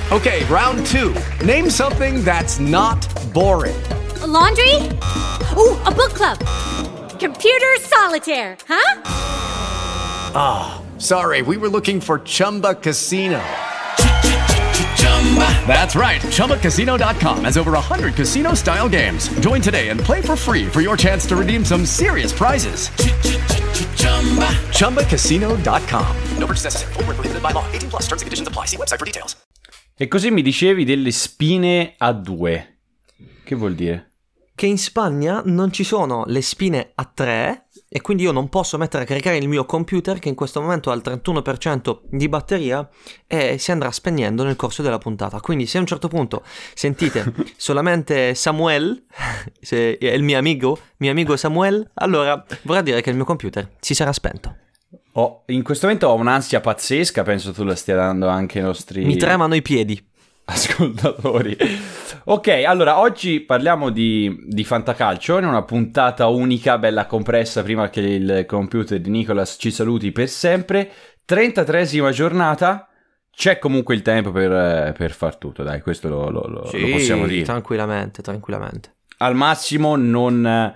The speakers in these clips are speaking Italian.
Okay, round 2. Name something that's not boring. A laundry? Ooh, a book club. Computer solitaire, huh? Ah, sorry, we were looking for Chumba Casino. That's right, ChumbaCasino.com has over 100 casino-style games. Join today and play for free for your chance to redeem some serious prizes. ChumbaCasino.com. No purchase necessary. Void where prohibited by law. 18 plus. Terms and conditions apply. See website for details. E così mi dicevi delle spine a 2. Che vuol dire? Che in Spagna non ci sono le spine a 3 e quindi io non posso mettere a caricare il mio computer, che in questo momento ha il 31% di batteria e si andrà spegnendo nel corso della puntata. Quindi se a un certo punto sentite solamente Samuel, se è il mio amico Samuel, allora vorrà dire che il mio computer si sarà spento. In questo momento ho un'ansia pazzesca, penso tu la stia dando anche ai nostri... Mi tremano i piedi. Ascoltatori. Ok, allora oggi parliamo di fantacalcio, in una puntata unica, bella compressa, prima che il computer di Nicolas ci saluti per sempre. 33esima giornata, c'è comunque il tempo per far tutto, dai, questo lo possiamo dire. Tranquillamente. Al massimo non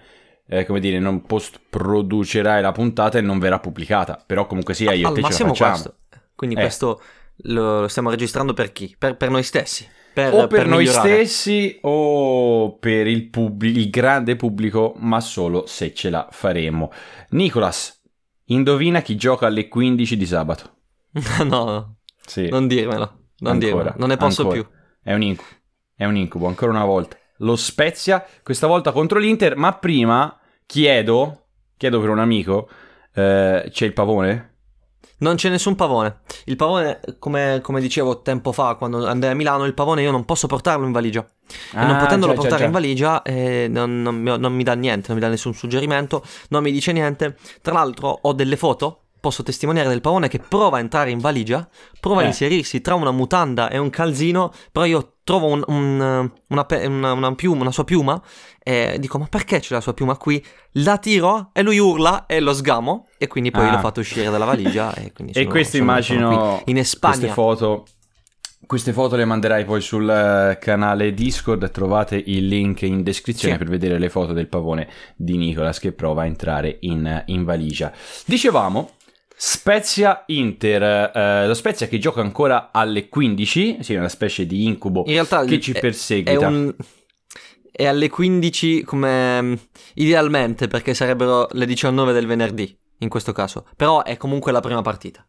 post-producerai la puntata e non verrà pubblicata, però comunque sia io e te ce la facciamo. Questo. Quindi questo... Lo stiamo registrando per chi? Per noi stessi? Per noi stessi o per il grande pubblico, ma solo se ce la faremo. Nicolas, indovina chi gioca alle 15 di sabato? No, sì. Non dirmelo, non ne posso ancora. Più. È un incubo, ancora una volta. Lo Spezia, questa volta contro l'Inter, ma prima chiedo per un amico, c'è il pavone? Non c'è nessun pavone. Il pavone, come dicevo tempo fa, quando andai a Milano, il pavone io non posso portarlo in valigia. E non potendolo portare in valigia non mi dà niente, non mi dà nessun suggerimento, non mi dice niente. Tra l'altro ho delle foto, posso testimoniare del pavone che prova a entrare in valigia, prova a inserirsi tra una mutanda e un calzino, però io trovo una sua piuma e dico: ma perché c'è la sua piuma qui? La tiro e lui urla e lo sgamo, e quindi poi l'ho fatto uscire dalla valigia e quindi immagino qui in Spagna. Queste foto le manderai poi sul canale Discord, trovate il link in descrizione per vedere le foto del pavone di Nicolas che prova a entrare in valigia. Dicevamo Spezia Inter, lo Spezia che gioca ancora alle 15, sì, una specie di incubo in realtà che ci perseguita. È alle 15 come idealmente, perché sarebbero le 19 del venerdì in questo caso, però è comunque la prima partita.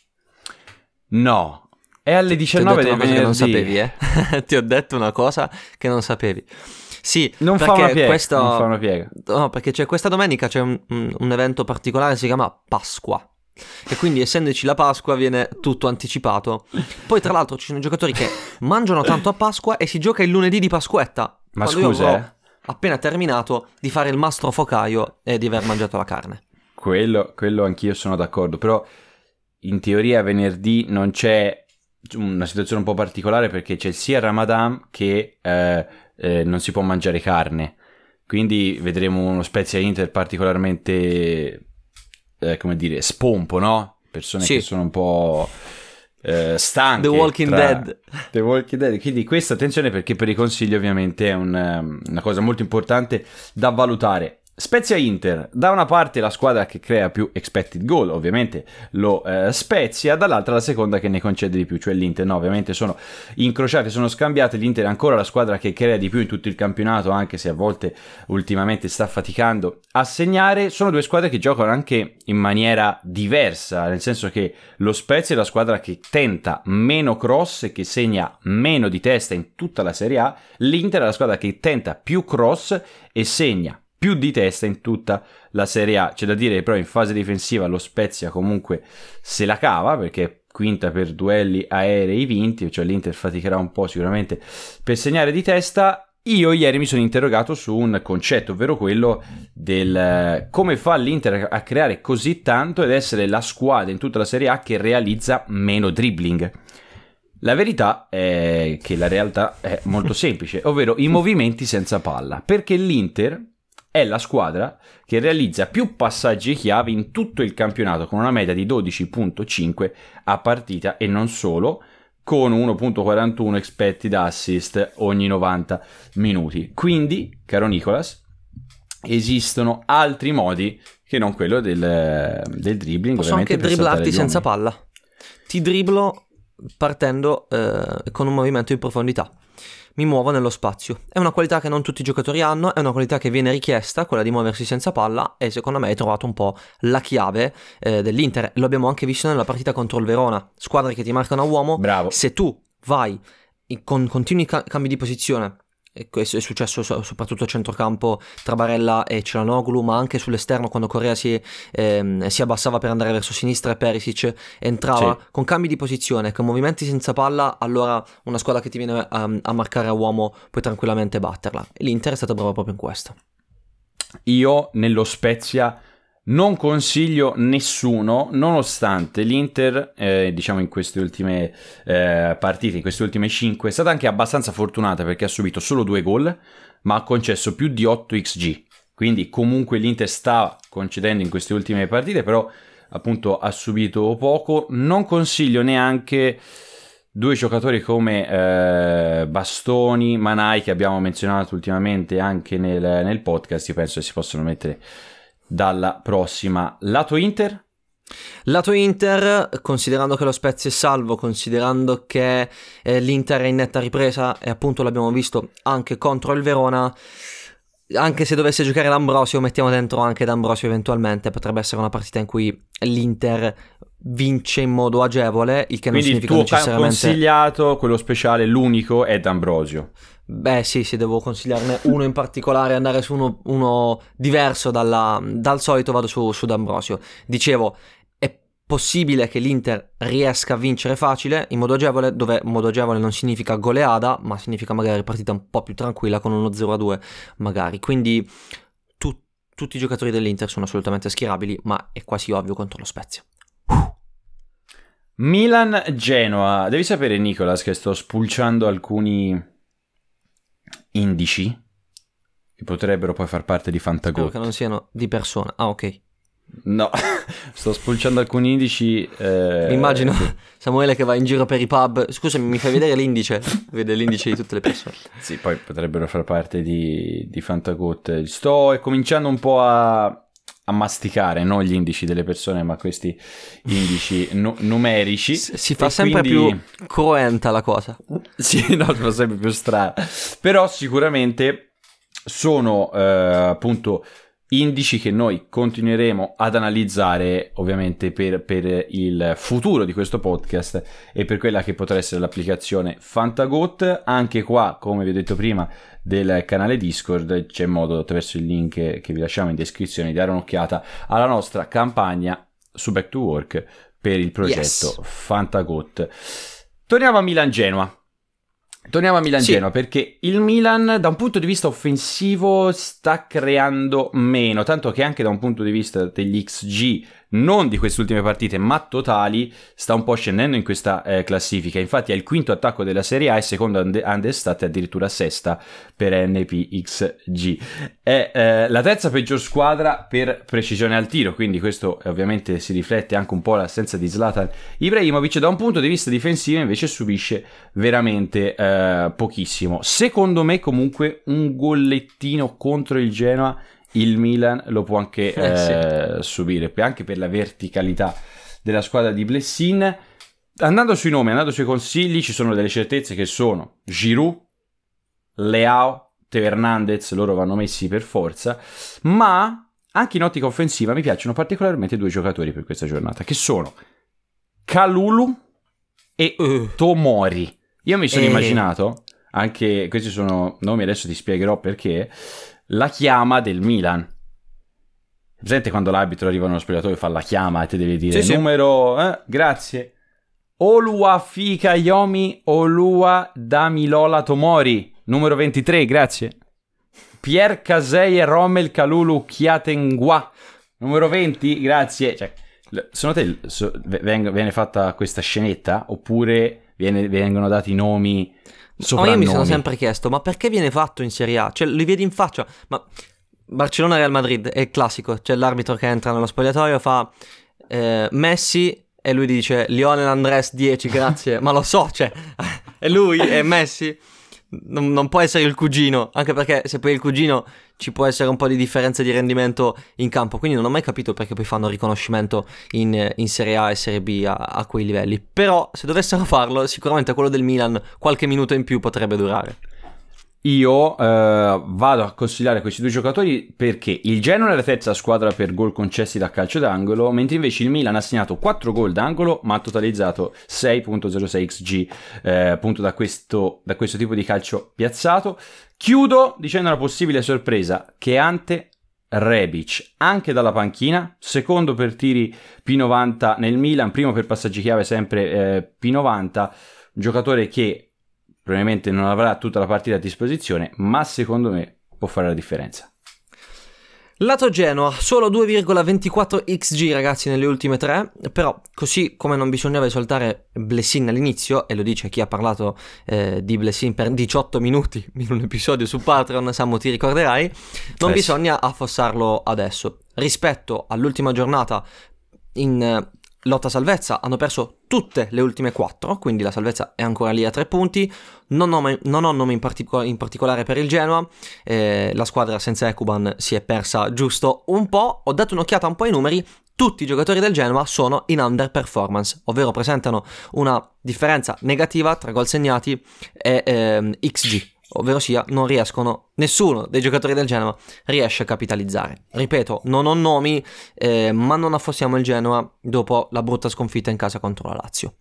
No, è alle 19 del venerdì. Non sapevi, Ti ho detto una cosa che non sapevi. Sì, non fa una piega. No, perché questa domenica c'è un evento particolare, si chiama Pasqua. E quindi essendoci la Pasqua viene tutto anticipato. Poi tra l'altro ci sono giocatori che mangiano tanto a Pasqua e si gioca il lunedì di Pasquetta. Ma quando scusa, io ho appena terminato di fare il mastro focaio e di aver mangiato la carne. Quello anch'io sono d'accordo, però in teoria venerdì non c'è una situazione un po' particolare, perché c'è sia il Ramadan che non si può mangiare carne, quindi vedremo uno Spezia Inter particolarmente spompo, no? Persone che sono un po' stanche. The Walking Dead. Quindi questa attenzione, perché per i consigli ovviamente è una cosa molto importante da valutare. Spezia Inter, da una parte la squadra che crea più expected goal, ovviamente lo Spezia, dall'altra la seconda che ne concede di più, cioè l'Inter. No, ovviamente sono incrociate, sono scambiate. L'Inter è ancora la squadra che crea di più in tutto il campionato, anche se a volte ultimamente sta faticando a segnare. Sono due squadre che giocano anche in maniera diversa, nel senso che lo Spezia è la squadra che tenta meno cross e che segna meno di testa in tutta la Serie A. L'Inter è la squadra che tenta più cross e segna più di testa in tutta la Serie A. C'è da dire che però in fase difensiva lo Spezia comunque se la cava, perché è quinta per duelli aerei vinti, cioè l'Inter faticherà un po' sicuramente per segnare di testa. Io ieri mi sono interrogato su un concetto, ovvero quello del come fa l'Inter a creare così tanto ed essere la squadra in tutta la Serie A che realizza meno dribbling. La verità è che la realtà è molto semplice, ovvero i movimenti senza palla, perché l'Inter è la squadra che realizza più passaggi chiave in tutto il campionato, con una media di 12.5 a partita, e non solo, con 1.41 expected assist ogni 90 minuti. Quindi, caro Nicolas, esistono altri modi che non quello del dribbling. Posso anche dribblarti senza palla. Ti dribblo partendo con un movimento in profondità. Mi muovo nello spazio. È una qualità che non tutti i giocatori hanno, è una qualità che viene richiesta, quella di muoversi senza palla, e secondo me hai trovato un po' la chiave dell'Inter. Lo abbiamo anche visto nella partita contro il Verona, squadre che ti marcano a uomo. Bravo. Se tu vai con continui cambi di posizione, e questo è successo soprattutto a centrocampo tra Barella e Çalhanoğlu, ma anche sull'esterno quando Correa si abbassava per andare verso sinistra e Perisic entrava, con cambi di posizione, con movimenti senza palla, allora una squadra che ti viene a marcare a uomo puoi tranquillamente batterla. E l'Inter è stata brava proprio in questo. Io nello Spezia non consiglio nessuno, nonostante l'Inter, diciamo in queste ultime partite, in queste ultime 5, è stata anche abbastanza fortunata perché ha subito solo 2 gol, ma ha concesso più di 8 XG. Quindi comunque l'Inter sta concedendo in queste ultime partite, però appunto ha subito poco. Non consiglio neanche 2 giocatori come Bastoni, Manai, che abbiamo menzionato ultimamente anche nel podcast. Io penso che si possono mettere dalla prossima. Lato Inter, considerando che lo Spezia è salvo, considerando che l'Inter è in netta ripresa, e appunto l'abbiamo visto anche contro il Verona, anche se dovesse giocare D'Ambrosio, mettiamo dentro anche D'Ambrosio eventualmente, potrebbe essere una partita in cui l'Inter vince in modo agevole, il che non significa necessariamente... Quindi il tuo consigliato, quello speciale, l'unico è D'Ambrosio. Beh sì, se devo consigliarne uno in particolare, andare su uno diverso dal solito, vado su D'Ambrosio. Dicevo, è possibile che l'Inter riesca a vincere facile, in modo agevole, dove modo agevole non significa goleada, ma significa magari partita un po' più tranquilla con uno 0-2 magari. Quindi tutti i giocatori dell'Inter sono assolutamente schierabili, ma è quasi ovvio contro lo Spezia. Milan-Genoa. Devi sapere, Nicolas, che sto spulciando alcuni indici che potrebbero poi far parte di Fantagot. Spero che non siano di persona. Ah, ok. No, sto spulciando alcuni indici. Immagino Samuele che va in giro per i pub. Scusami, mi fai vedere l'indice? Vede l'indice di tutte le persone. Sì, poi potrebbero far parte di Fantagot. Sto cominciando un po' a masticare, non gli indici delle persone, ma questi indici numerici. Si fa sempre più cruenta la cosa. Sì, no, si fa sempre più strana. Però sicuramente sono appunto indici che noi continueremo ad analizzare, ovviamente per il futuro di questo podcast e per quella che potrà essere l'applicazione Fantagot. Anche qua, come vi ho detto prima, del canale Discord c'è modo, attraverso il link che vi lasciamo in descrizione, di dare un'occhiata alla nostra campagna su Back to Work per il progetto Fantagot. Torniamo a Milan-Genoa. Perché il Milan da un punto di vista offensivo sta creando meno, tanto che anche da un punto di vista degli XG, non di queste ultime partite ma totali, sta un po' scendendo in questa classifica. Infatti è il quinto attacco della Serie A e secondo Andestat è addirittura sesta per NPXG. È la terza peggior squadra per precisione al tiro, quindi questo ovviamente si riflette anche un po' l'assenza di Zlatan Ibrahimovic. Da un punto di vista difensivo invece subisce veramente pochissimo. Secondo me comunque un gollettino contro il Genoa il Milan lo può anche subire, anche per la verticalità della squadra di Blessin. Andando sui nomi, andando sui consigli, ci sono delle certezze che sono Giroud, Leao, Teo Hernandez, loro vanno messi per forza, ma anche in ottica offensiva mi piacciono particolarmente 2 giocatori per questa giornata, che sono Kalulu e Tomori. Io mi sono immaginato, anche questi sono nomi, adesso ti spiegherò perché, la chiama del Milan. Presente quando l'arbitro arriva nello spogliatoio e fa la chiama e te devi dire numero, grazie, Oluwafika-Yomi Oluwadamilola Tomori, numero 23, grazie. Pierre Casey e Romel Kalulu Chiatengua, numero 20, grazie. Cioè, secondo te viene fatta questa scenetta oppure vengono dati nomi, soprannomi? Io mi sono sempre chiesto, ma perché viene fatto in Serie A? Cioè, li vedi in faccia, ma Barcellona-Real Madrid è il classico, c'è l'arbitro che entra nello spogliatoio, fa Messi e lui dice Lionel Andrés 10 grazie, ma lo so, cioè è lui, è Messi, non può essere il cugino, anche perché se poi è il cugino ci può essere un po' di differenza di rendimento in campo, quindi non ho mai capito perché poi fanno riconoscimento in Serie A e Serie B a quei livelli. Però se dovessero farlo, sicuramente quello del Milan qualche minuto in più potrebbe durare. Io vado a consigliare questi due giocatori perché il Genoa è la terza squadra per gol concessi da calcio d'angolo, mentre invece il Milan ha segnato 4 gol d'angolo ma ha totalizzato 6.06 XG appunto da questo tipo di calcio piazzato. Chiudo dicendo una possibile sorpresa, che Ante Rebic, anche dalla panchina, secondo per tiri P90 nel Milan, primo per passaggi chiave sempre P90, un giocatore che probabilmente non avrà tutta la partita a disposizione, ma secondo me può fare la differenza. Lato Genoa, solo 2,24 XG ragazzi nelle ultime 3, però così come non bisognava esaltare Blessin all'inizio, e lo dice chi ha parlato di Blessin per 18 minuti in un episodio su Patreon, Samu ti ricorderai, non bisogna affossarlo adesso. Rispetto all'ultima giornata in lotta salvezza hanno perso tutte le ultime 4, quindi la salvezza è ancora lì a 3 punti. Non ho nome in particolare per il Genoa, la squadra senza Ekuban si è persa giusto un po'. Ho dato un'occhiata un po' ai numeri, tutti i giocatori del Genoa sono in underperformance, ovvero presentano una differenza negativa tra gol segnati e XG, ovvero sia non riescono, nessuno dei giocatori del Genoa riesce a capitalizzare. Ripeto, non ho nomi, ma non affossiamo il Genoa dopo la brutta sconfitta in casa contro la Lazio.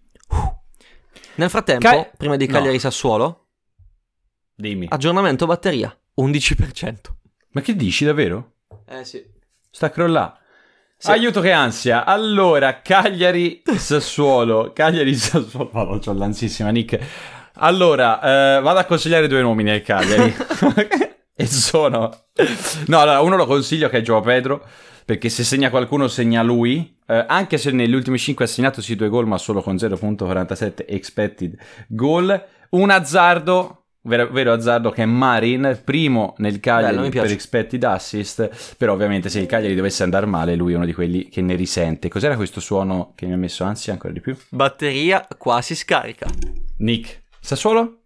Nel frattempo, prima di Cagliari Sassuolo, dimmi. Aggiornamento batteria 11%. Ma che dici davvero? Sì. Sta crollando. Sì. Aiuto che ansia. Allora, Cagliari Sassuolo. Vado, c'ho l'ansiissima Nick. Allora, vado a consigliare 2 nomi nel Cagliari. E sono... No, allora, uno lo consiglio che è Joao Pedro, perché se segna qualcuno segna lui, anche se negli ultimi 5 ha segnato sì 2 gol, ma solo con 0.47 expected goal. Un azzardo, vero azzardo, che è Marin, primo nel Cagliari per expected assist, però ovviamente se il Cagliari dovesse andare male lui è uno di quelli che ne risente. Cos'era questo suono che mi ha messo ansia ancora di più? Batteria quasi scarica. Nick, Sassuolo?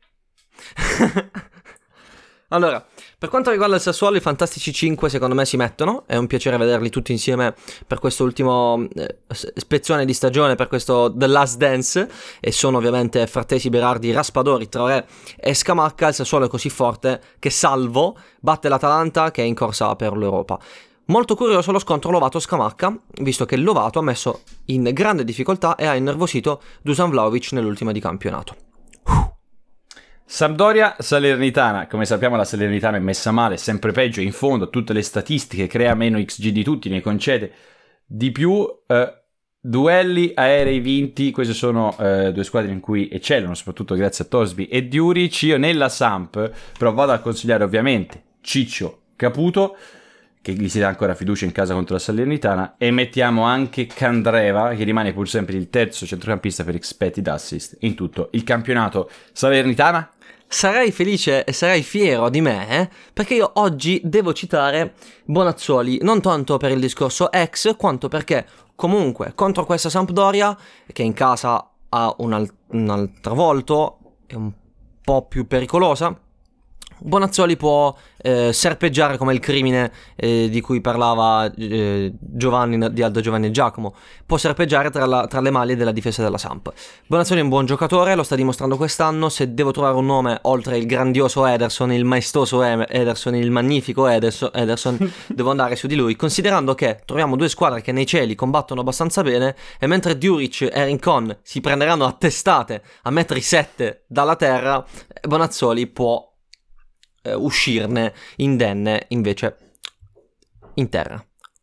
Allora, per quanto riguarda il Sassuolo, i fantastici 5 secondo me si mettono, è un piacere vederli tutti insieme per questo ultimo spezzone di stagione, per questo The Last Dance, e sono ovviamente Frattesi, Berardi, Raspadori, Traoré e Scamacca. Il Sassuolo è così forte che salvo batte l'Atalanta che è in corsa per l'Europa. Molto curioso lo scontro Lovato-Scamacca, visto che Lovato ha messo in grande difficoltà e ha innervosito Dusan Vlahovic nell'ultima di campionato. Sampdoria Salernitana, come sappiamo la Salernitana è messa male, sempre peggio, in fondo tutte le statistiche, crea meno XG di tutti, ne concede di più, duelli aerei vinti, queste sono 2 squadre in cui eccellono, soprattutto grazie a Torsby e Djuric. Io nella Samp però vado a consigliare ovviamente Ciccio Caputo, che gli si dà ancora fiducia in casa contro la Salernitana, e mettiamo anche Candreva, che rimane pur sempre il terzo centrocampista per expected assist in tutto il campionato. Salernitana? Sarai felice e sarai fiero di me, perché io oggi devo citare Bonazzoli, non tanto per il discorso ex, quanto perché comunque contro questa Sampdoria, che in casa ha un altro volto, è un po' più pericolosa, Bonazzoli può serpeggiare come il crimine di cui parlava Giovanni, di Aldo Giovanni e Giacomo, può serpeggiare tra le maglie della difesa della Samp. Bonazzoli è un buon giocatore, lo sta dimostrando quest'anno. Se devo trovare un nome oltre il grandioso Ederson, il maestoso Ederson, il magnifico Ederson, devo andare su di lui, considerando che troviamo 2 squadre che nei cieli combattono abbastanza bene, e mentre Djuric e Rincon si prenderanno a testate a metri 7 dalla terra, Bonazzoli può uscirne indenne invece in terra.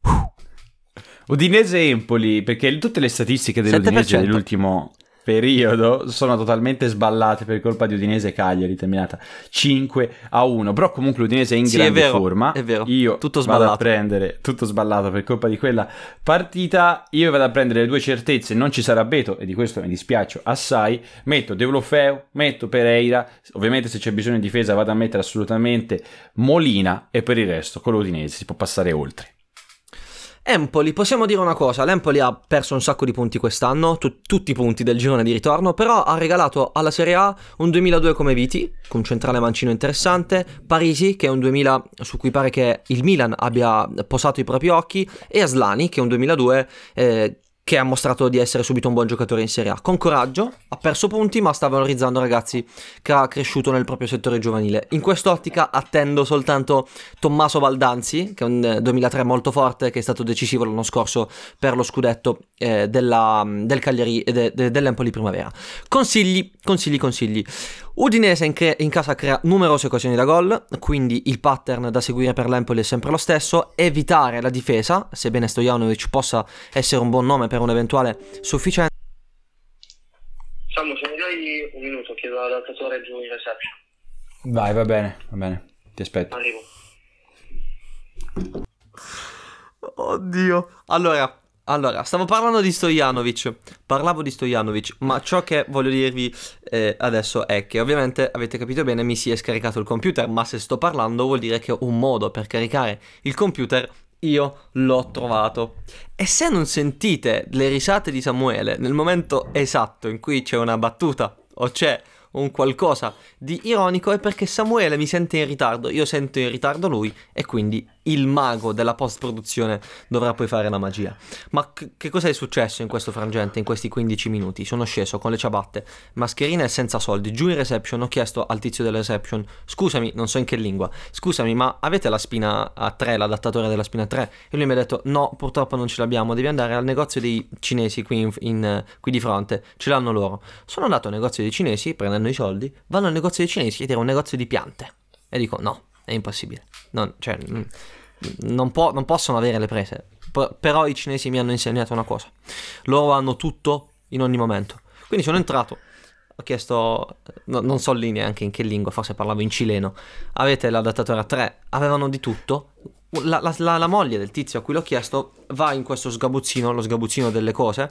Udinese-Empoli, perché tutte le statistiche dell'Udinese 7%. Nell'ultimo periodo sono totalmente sballate per colpa di Udinese-Cagliari, terminata 5-1, però comunque l'Udinese è in grande forma. È vero, io tutto sballato. Vado a prendere tutto sballato per colpa di quella partita. Io vado a prendere le 2 certezze, non ci sarà Beto e di questo mi dispiaccio assai. Metto Deulofeu, metto Pereira, ovviamente se c'è bisogno di difesa vado a mettere assolutamente Molina, e per il resto con l'Udinese si può passare oltre. Empoli, possiamo dire una cosa, l'Empoli ha perso un sacco di punti quest'anno, tutti i punti del girone di ritorno, però ha regalato alla Serie A un 2002 come Viti, con un centrale mancino interessante, Parisi, che è un 2000 su cui pare che il Milan abbia posato i propri occhi, e Aslani, che è un 2002 che ha mostrato di essere subito un buon giocatore in Serie A. Con coraggio, ha perso punti, ma sta valorizzando ragazzi che ha cresciuto nel proprio settore giovanile. In quest'ottica attendo soltanto Tommaso Baldanzi, che è un 2003 molto forte, che è stato decisivo l'anno scorso per lo scudetto del Cagliari e dell'Empoli Primavera. Consigli. Udinese in casa crea numerose occasioni da gol, quindi il pattern da seguire per l'Empoli è sempre lo stesso: evitare la difesa, sebbene Stojanovic possa essere un buon nome per un'eventuale sufficienza. Samu, se mi dai un minuto, chiedo all'adattatore giù in reception. Vai, va bene, ti aspetto. Arrivo. Oddio. Allora, stavo parlando di parlavo di Stojanovic, ma ciò che voglio dirvi adesso è che ovviamente avete capito bene, mi si è scaricato il computer, ma se sto parlando vuol dire che un modo per caricare il computer io l'ho trovato. E se non sentite le risate di Samuele nel momento esatto in cui c'è una battuta o c'è un qualcosa di ironico, è perché Samuele mi sente in ritardo, io sento in ritardo lui, e quindi il mago della post-produzione dovrà poi fare la magia. Ma che cosa è successo in questo frangente, in questi 15 minuti? Sono sceso con le ciabatte, mascherina e senza soldi, giù in reception, ho chiesto al tizio della reception: scusami, non so in che lingua, scusami, ma avete la spina a 3, l'adattatore della spina a 3? E lui mi ha detto: no, purtroppo non ce l'abbiamo, devi andare al negozio dei cinesi qui di fronte, ce l'hanno loro. Sono andato al negozio dei cinesi, prendendo i soldi, vanno al negozio dei cinesi ed era un negozio di piante. E dico: no, è impossibile, non possono avere le prese. Però i cinesi mi hanno insegnato una cosa: loro hanno tutto in ogni momento. Quindi sono entrato, ho chiesto, non so lì neanche in che lingua, forse parlavo in cileno: avete l'adattatore a 3? Avevano di tutto. La moglie del tizio a cui l'ho chiesto va in questo sgabuzzino, lo sgabuzzino delle cose,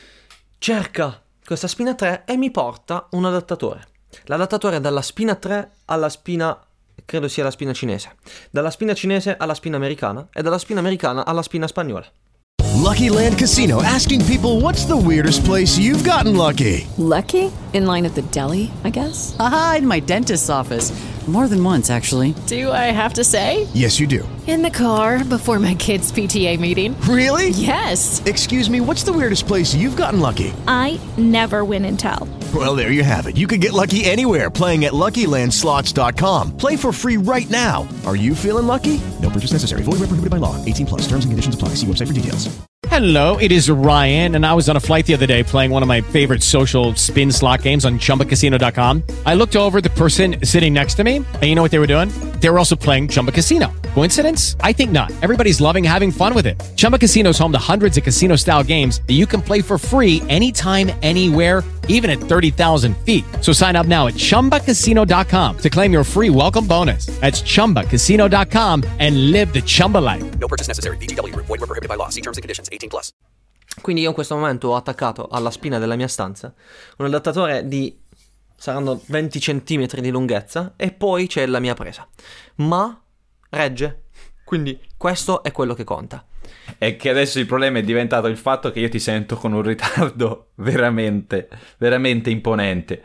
cerca questa spina 3 e mi porta un adattatore. L'adattatore dalla spina 3 alla spina, credo sia la spina cinese, dalla spina cinese alla spina americana e dalla spina americana alla spina spagnola. Lucky Land Casino, asking people, what's the weirdest place you've gotten lucky? Lucky? In line at the deli, I guess? Aha, in my dentist's office. More than once, actually. Do I have to say? Yes, you do. In the car before my kids' PTA meeting. Really? Yes. Excuse me, what's the weirdest place you've gotten lucky? I never win and tell. Well, there you have it. You can get lucky anywhere, playing at LuckyLandSlots.com. Play for free right now. Are you feeling lucky? No purchase necessary. Void where prohibited by law. 18+. Terms and conditions apply. See website for details. Hello, it is Ryan, and I was on a flight the other day playing one of my favorite social spin slot games on ChumbaCasino.com. I looked over at the person sitting next to me, and you know what they were doing? They were also playing Chumba Casino. Coincidence? I think not. Everybody's loving having fun with it. Chumba Casino is home to hundreds of casino-style games that you can play for free anytime, anywhere, even at 30,000 feet. So sign up now at ChumbaCasino.com to claim your free welcome bonus. That's ChumbaCasino.com and live the Chumba life. No purchase necessary. VGW. Void where prohibited by law. See terms and conditions. 18+. Quindi io in questo momento ho attaccato alla spina della mia stanza un adattatore di, saranno 20 centimetri di lunghezza, e poi c'è la mia presa. Ma regge. Quindi questo è quello che conta. È che adesso il problema è diventato il fatto che io ti sento con un ritardo veramente, veramente imponente.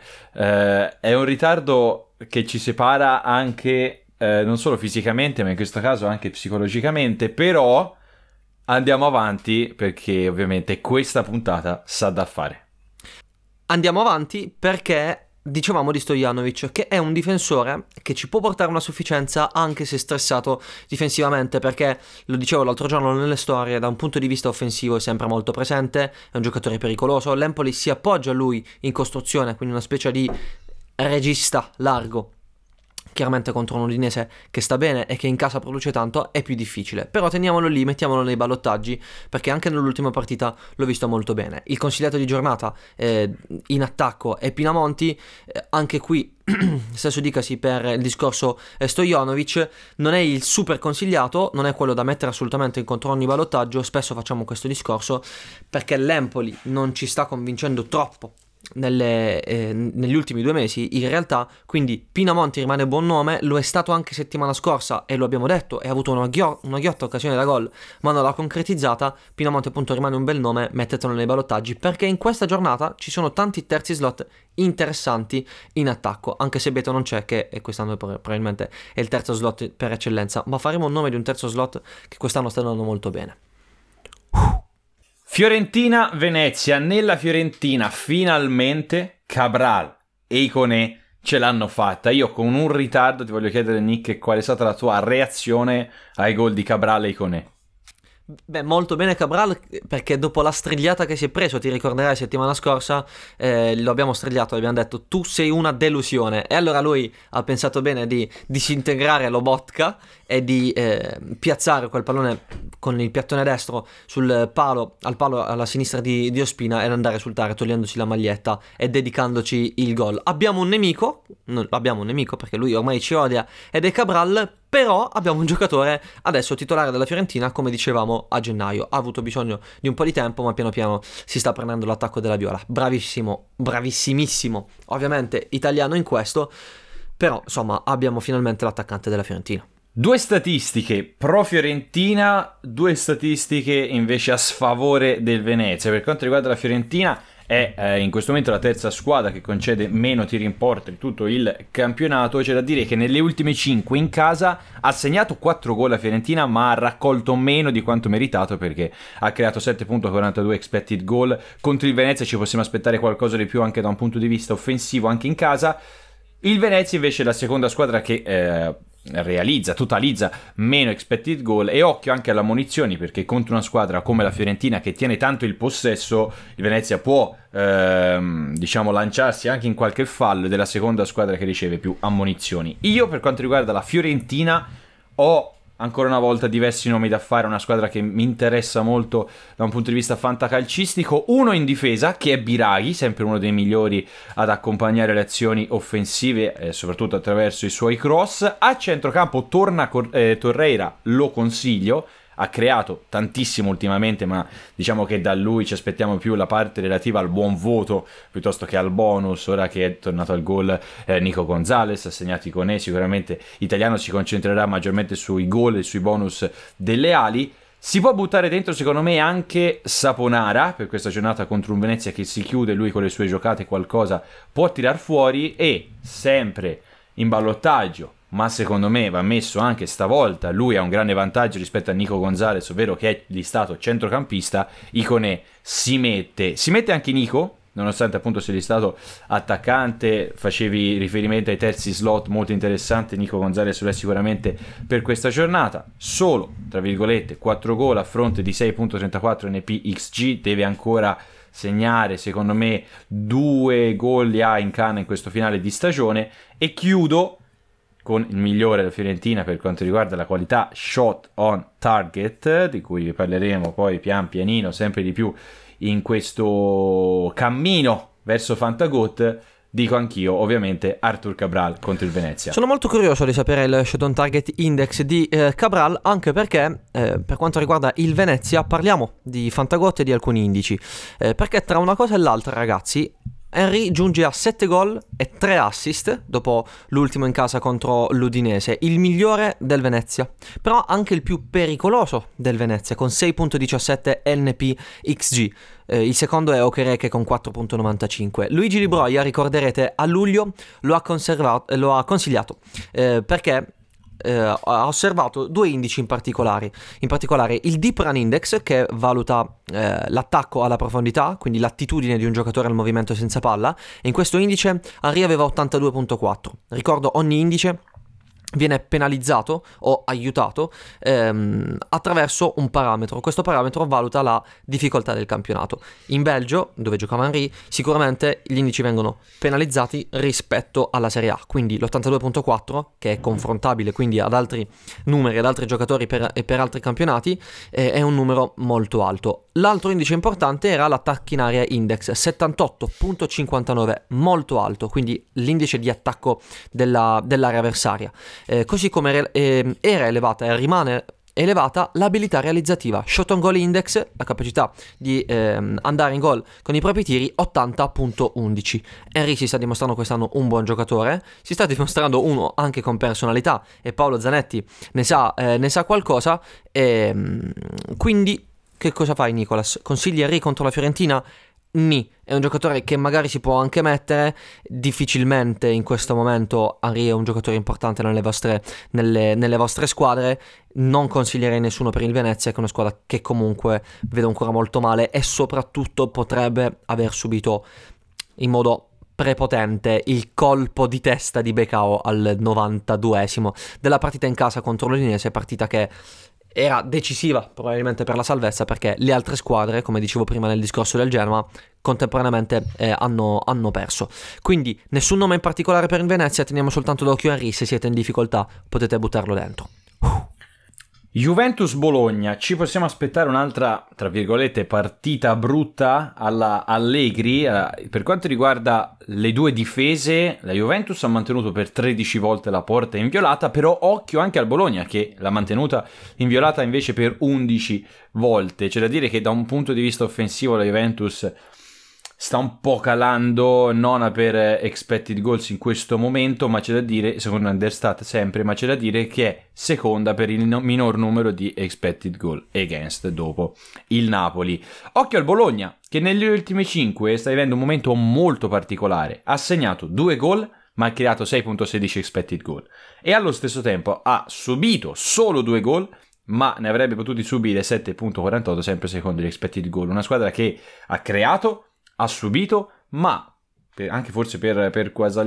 È un ritardo che ci separa anche, non solo fisicamente, ma in questo caso anche psicologicamente, però andiamo avanti perché ovviamente questa puntata sa da fare. Andiamo avanti perché dicevamo di Stojanovic, che è un difensore che ci può portare una sufficienza anche se stressato difensivamente, perché, lo dicevo l'altro giorno nelle storie, da un punto di vista offensivo è sempre molto presente, è un giocatore pericoloso. L'Empoli si appoggia a lui in costruzione, quindi una specie di regista largo. Chiaramente contro un Udinese che sta bene e che in casa produce tanto è più difficile, però teniamolo lì, mettiamolo nei ballottaggi, perché anche nell'ultima partita l'ho visto molto bene. Il consigliato di giornata in attacco è Pinamonti, anche qui stesso dicasi per il discorso Stojanovic, non è il super consigliato, non è quello da mettere assolutamente contro ogni ballottaggio. Spesso facciamo questo discorso perché l'Empoli non ci sta convincendo troppo negli ultimi 2 mesi in realtà, quindi Pinamonti rimane buon nome, lo è stato anche settimana scorsa e lo abbiamo detto, e ha avuto una ghiotta occasione da gol ma non l'ha concretizzata. Pinamonti appunto rimane un bel nome, mettetelo nei ballottaggi, perché in questa giornata ci sono tanti terzi slot interessanti in attacco, anche se Beto non c'è, che quest'anno probabilmente è il terzo slot per eccellenza, ma faremo un nome di un terzo slot che quest'anno sta andando molto bene. Fiorentina-Venezia. Nella Fiorentina finalmente Cabral e Iconé ce l'hanno fatta. Io con un ritardo ti voglio chiedere, Nick, qual è stata la tua reazione ai gol di Cabral e Iconé? Beh, molto bene Cabral, perché dopo la strigliata che si è preso, ti ricorderai settimana scorsa, lo abbiamo strigliato, abbiamo detto tu sei una delusione, e allora lui ha pensato bene di disintegrare Lobotka e di piazzare quel pallone con il piattone destro sul palo, al palo alla sinistra di Ospina, ed andare a esultare togliendoci la maglietta e dedicandoci il gol. Abbiamo un nemico perché lui ormai ci odia, ed è Cabral, però abbiamo un giocatore adesso titolare della Fiorentina, come dicevamo a gennaio. Ha avuto bisogno di un po' di tempo, ma piano piano si sta prendendo l'attacco della Viola. Bravissimo, bravissimissimo, ovviamente italiano in questo, però insomma abbiamo finalmente l'attaccante della Fiorentina. 2 statistiche pro Fiorentina, 2 statistiche invece a sfavore del Venezia. Per quanto riguarda la Fiorentina, è in questo momento la terza squadra che concede meno tiri in porta in tutto il campionato. C'è da dire che nelle ultime 5 in casa ha segnato 4 gol la Fiorentina, ma ha raccolto meno di quanto meritato, perché ha creato 7.42 expected goal. Contro il Venezia ci possiamo aspettare qualcosa di più anche da un punto di vista offensivo, anche in casa. Il Venezia invece è la seconda squadra che totalizza meno expected goal, e occhio anche alla munizioni, perché contro una squadra come la Fiorentina che tiene tanto il possesso, il Venezia può lanciarsi anche in qualche fallo, ed è la seconda squadra che riceve più ammonizioni. Io, per quanto riguarda la Fiorentina, ho ancora una volta diversi nomi da fare, una squadra che mi interessa molto da un punto di vista fantacalcistico. Uno in difesa, che è Biraghi, sempre uno dei migliori ad accompagnare le azioni offensive, soprattutto attraverso i suoi cross. A centrocampo torna Torreira, lo consiglio, ha creato tantissimo ultimamente, ma diciamo che da lui ci aspettiamo più la parte relativa al buon voto piuttosto che al bonus. Ora che è tornato al gol Nico Gonzalez, ha segnato Iconé, sicuramente Italiano si concentrerà maggiormente sui gol e sui bonus delle ali. Si può buttare dentro secondo me anche Saponara per questa giornata contro un Venezia che si chiude, lui con le sue giocate qualcosa può tirar fuori. E sempre in ballottaggio, ma secondo me va messo anche stavolta, lui ha un grande vantaggio rispetto a Nico Gonzalez, ovvero che è listato centrocampista. Iconé si mette anche Nico, nonostante appunto sia listato attaccante. Facevi riferimento ai terzi slot, molto interessante. Nico Gonzalez lo è sicuramente per questa giornata. Solo, tra virgolette, 4 gol a fronte di 6.34 NPXG, deve ancora segnare, secondo me 2 gol li ha in canna in questo finale di stagione. E chiudo con il migliore della Fiorentina per quanto riguarda la qualità shot on target, di cui vi parleremo poi pian pianino sempre di più in questo cammino verso Fantagot. Dico anch'io, ovviamente, Artur Cabral contro il Venezia. Sono molto curioso di sapere il shot on target index di Cabral, anche perché per quanto riguarda il Venezia parliamo di Fantagot e di alcuni indici, perché tra una cosa e l'altra, ragazzi, Henry giunge a 7 gol e 3 assist dopo l'ultimo in casa contro l'Udinese, il migliore del Venezia, però anche il più pericoloso del Venezia con 6.17 NPXG. Il secondo è Okereke con 4.95. Luigi Di Broia, ricorderete, a luglio lo ha consigliato perché ha osservato 2 indici in particolare il Deep Run Index, che valuta l'attacco alla profondità, quindi l'attitudine di un giocatore al movimento senza palla, e in questo indice Henry aveva 82.4. Ricordo, ogni indice viene penalizzato o aiutato attraverso un parametro. Questo parametro valuta la difficoltà del campionato. In Belgio, dove giocava Henry, sicuramente gli indici vengono penalizzati rispetto alla Serie A, quindi l'82.4, che è confrontabile quindi ad altri numeri, ad altri giocatori e per altri campionati, è un numero molto alto. L'altro indice importante era l'attack in area index, 78.59, molto alto, quindi l'indice di attacco dell'area avversaria. Così come era elevata e rimane elevata l'abilità realizzativa, shot on goal index, la capacità di andare in gol con i propri tiri, 80.11. Henry si sta dimostrando quest'anno un buon giocatore, si sta dimostrando uno anche con personalità, e Paolo Zanetti ne sa qualcosa, quindi che cosa fai, Nicolas? Consigli Henry contro la Fiorentina? È un giocatore che magari si può anche mettere, difficilmente in questo momento Henry è un giocatore importante nelle vostre squadre. Non consiglierei nessuno per il Venezia, che è una squadra che comunque vedo ancora molto male, e soprattutto potrebbe aver subito in modo prepotente il colpo di testa di Becao al 92esimo della partita in casa contro l'Udinese, partita che era decisiva probabilmente per la salvezza, perché le altre squadre, come dicevo prima nel discorso del Genoa, contemporaneamente hanno perso. Quindi nessun nome in particolare per il Venezia, teniamo soltanto d'occhio Henry. Se siete in difficoltà potete buttarlo dentro. Juventus-Bologna, ci possiamo aspettare un'altra, tra virgolette, partita brutta alla Allegri? Per quanto riguarda le due difese, la Juventus ha mantenuto per 13 volte la porta inviolata, però occhio anche al Bologna, che l'ha mantenuta inviolata invece per 11 volte. C'è da dire che da un punto di vista offensivo la Juventus sta un po' calando, nona per expected goals in questo momento, ma c'è da dire, secondo Understat sempre, ma c'è da dire che è seconda per il minor numero di expected goal against dopo il Napoli. Occhio al Bologna, che negli ultimi 5 sta vivendo un momento molto particolare. Ha segnato 2 gol, ma ha creato 6.16 expected goal. E allo stesso tempo ha subito solo 2 gol, ma ne avrebbe potuti subire 7.48, sempre secondo gli expected goal. Una squadra che ha creato, ha subito, ma anche forse per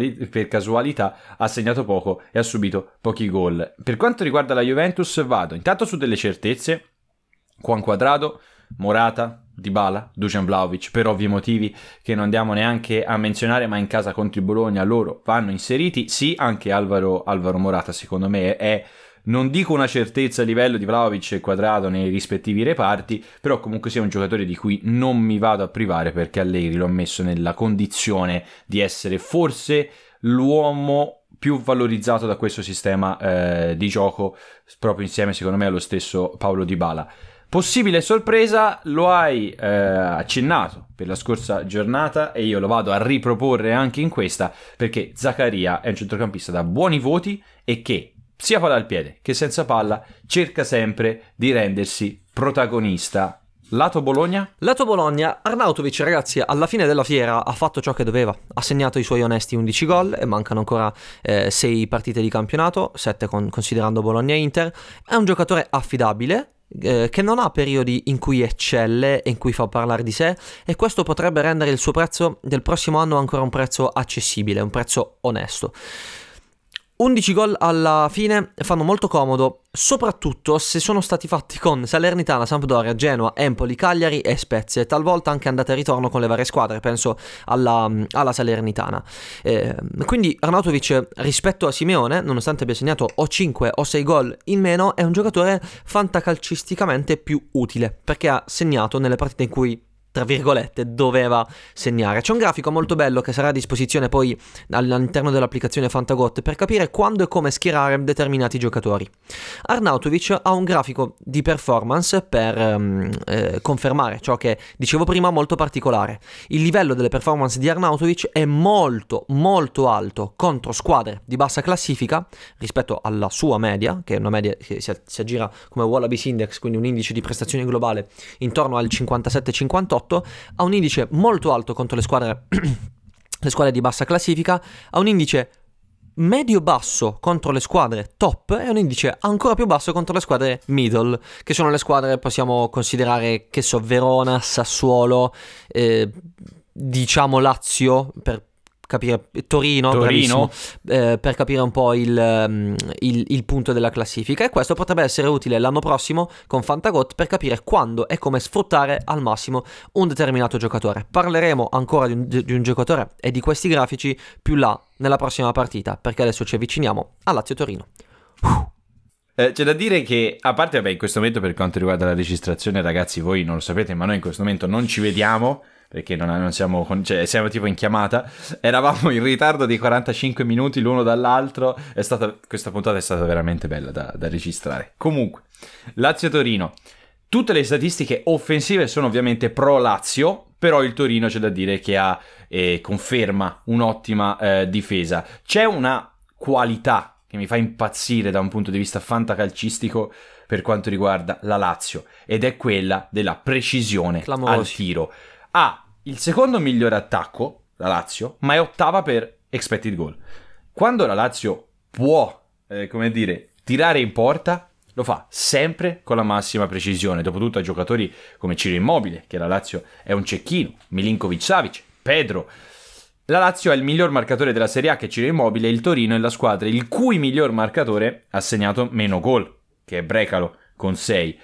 casualità ha segnato poco e ha subito pochi gol. Per quanto riguarda la Juventus, vado intanto su delle certezze: Juan Cuadrado, Morata, Dybala, Dusan Vlahovic, per ovvi motivi che non andiamo neanche a menzionare, ma in casa contro il Bologna loro vanno inseriti. Sì, anche Alvaro Morata secondo me è, non dico una certezza a livello di Vlahovic e Quadrado nei rispettivi reparti, però comunque sia un giocatore di cui non mi vado a privare, perché Allegri l'ho messo nella condizione di essere forse l'uomo più valorizzato da questo sistema di gioco, proprio insieme secondo me allo stesso Paulo Dybala. Possibile sorpresa, lo hai accennato per la scorsa giornata e io lo vado a riproporre anche in questa, perché Zakaria è un centrocampista da buoni voti e che sia palla al piede che senza palla cerca sempre di rendersi protagonista. Lato Bologna, Arnautovic, ragazzi, alla fine della fiera ha fatto ciò che doveva, ha segnato i suoi onesti 11 gol e mancano ancora 6 partite di campionato, 7 considerando Bologna e Inter. È un giocatore affidabile, che non ha periodi in cui eccelle e in cui fa parlare di sé, e questo potrebbe rendere il suo prezzo del prossimo anno ancora un prezzo accessibile, un prezzo onesto. 11 gol alla fine fanno molto comodo, soprattutto se sono stati fatti con Salernitana, Sampdoria, Genoa, Empoli, Cagliari e Spezia, talvolta anche andata e ritorno con le varie squadre, penso alla Salernitana. Quindi Arnautovic, rispetto a Simeone, nonostante abbia segnato o 5 o 6 gol in meno, è un giocatore fantacalcisticamente più utile, perché ha segnato nelle partite in cui, tra virgolette, doveva segnare. C'è un grafico molto bello che sarà a disposizione poi all'interno dell'applicazione Fantagot per capire quando e come schierare determinati giocatori. Arnautovic ha un grafico di performance per confermare ciò che dicevo prima, molto particolare. Il livello delle performance di Arnautovic è molto molto alto contro squadre di bassa classifica rispetto alla sua media, che è una media che si aggira come Wallabies Index, quindi un indice di prestazione globale intorno al 57-58. Ha un indice molto alto contro le squadre di bassa classifica, ha un indice medio-basso contro le squadre top e un indice ancora più basso contro le squadre middle, che sono le squadre, possiamo considerare, che so, Verona, Sassuolo, diciamo Lazio, per capire, Torino. Per capire un po' il punto della classifica, e questo potrebbe essere utile l'anno prossimo con Fantagot per capire quando e come sfruttare al massimo un determinato giocatore. Parleremo ancora di un giocatore e di questi grafici più là nella prossima partita, perché adesso ci avviciniamo a Lazio-Torino. C'è da dire che, a parte in questo momento, per quanto riguarda la registrazione, ragazzi, voi non lo sapete, ma noi in questo momento non ci vediamo, perché non siamo, siamo tipo in chiamata, eravamo in ritardo di 45 minuti l'uno dall'altro, questa puntata è stata veramente bella da registrare. Comunque, Lazio-Torino, tutte le statistiche offensive sono ovviamente pro Lazio, però il Torino c'è da dire che ha conferma un'ottima difesa. C'è una qualità che mi fa impazzire da un punto di vista fantacalcistico per quanto riguarda la Lazio, ed è quella della precisione al tiro. Ha il secondo migliore attacco, la Lazio, ma è ottava per expected goal. Quando la Lazio può, tirare in porta, lo fa sempre con la massima precisione. Dopotutto a giocatori come Ciro Immobile, che la Lazio è un cecchino, Milinkovic-Savic, Pedro. La Lazio è il miglior marcatore della Serie A, che è Ciro Immobile, e il Torino è la squadra il cui miglior marcatore ha segnato meno gol, che è Brecalo con 6.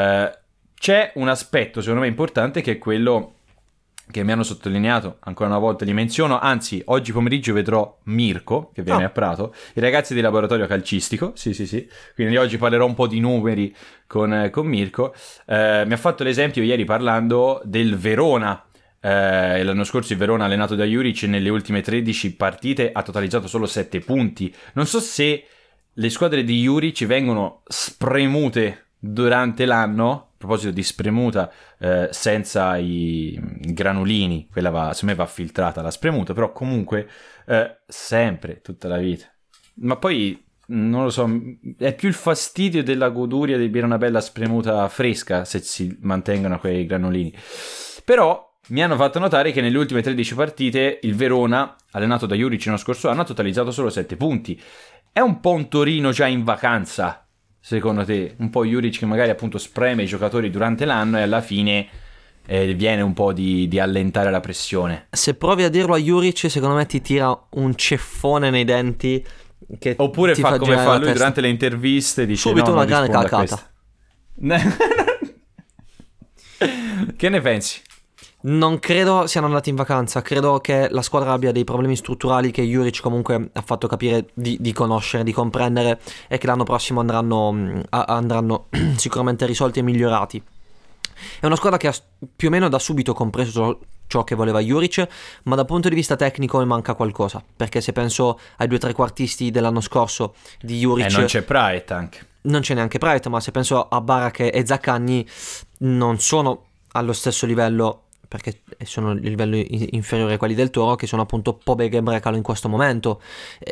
C'è un aspetto secondo me importante, che è quello che mi hanno sottolineato, ancora una volta li menziono, anzi oggi pomeriggio vedrò Mirko che viene a Prato, i ragazzi di laboratorio calcistico, sì, quindi oggi parlerò un po' di numeri con Mirko. Mi ha fatto l'esempio ieri parlando del Verona. L'anno scorso il Verona, allenato da Juric, nelle ultime 13 partite ha totalizzato solo 7 punti. Non so se le squadre di Juric vengono spremute durante l'anno. A proposito di spremuta, senza i granulini, quella secondo me va filtrata la spremuta, però comunque sempre, tutta la vita. Ma poi non lo so, è più il fastidio della goduria di bere una bella spremuta fresca se si mantengono quei granulini. Però mi hanno fatto notare che nelle ultime 13 partite il Verona, allenato da Juric l'anno scorso anno, ha totalizzato solo 7 punti. È un po' un Torino già in vacanza, secondo te? Un po' Juric che magari appunto spreme i giocatori durante l'anno e alla fine viene un po' di allentare la pressione. Se provi a dirlo a Juric, secondo me ti tira un ceffone nei denti, che oppure ti fa come fa lui testa. Durante le interviste dice subito no, una grande cacata. Che ne pensi? Non credo siano andati in vacanza, credo che la squadra abbia dei problemi strutturali che Juric comunque ha fatto capire di conoscere, di comprendere, e che l'anno prossimo andranno sicuramente risolti e migliorati. È una squadra che ha più o meno da subito compreso ciò che voleva Juric, ma dal punto di vista tecnico mi manca qualcosa, perché se penso ai 2 trequartisti dell'anno scorso di Juric, non c'è Praet anche. Non c'è neanche Praet, ma se penso a Barak e Zaccagni non sono allo stesso livello, perché sono il livello inferiore a quelli del Toro, che sono appunto Pobega e Brecalo in questo momento.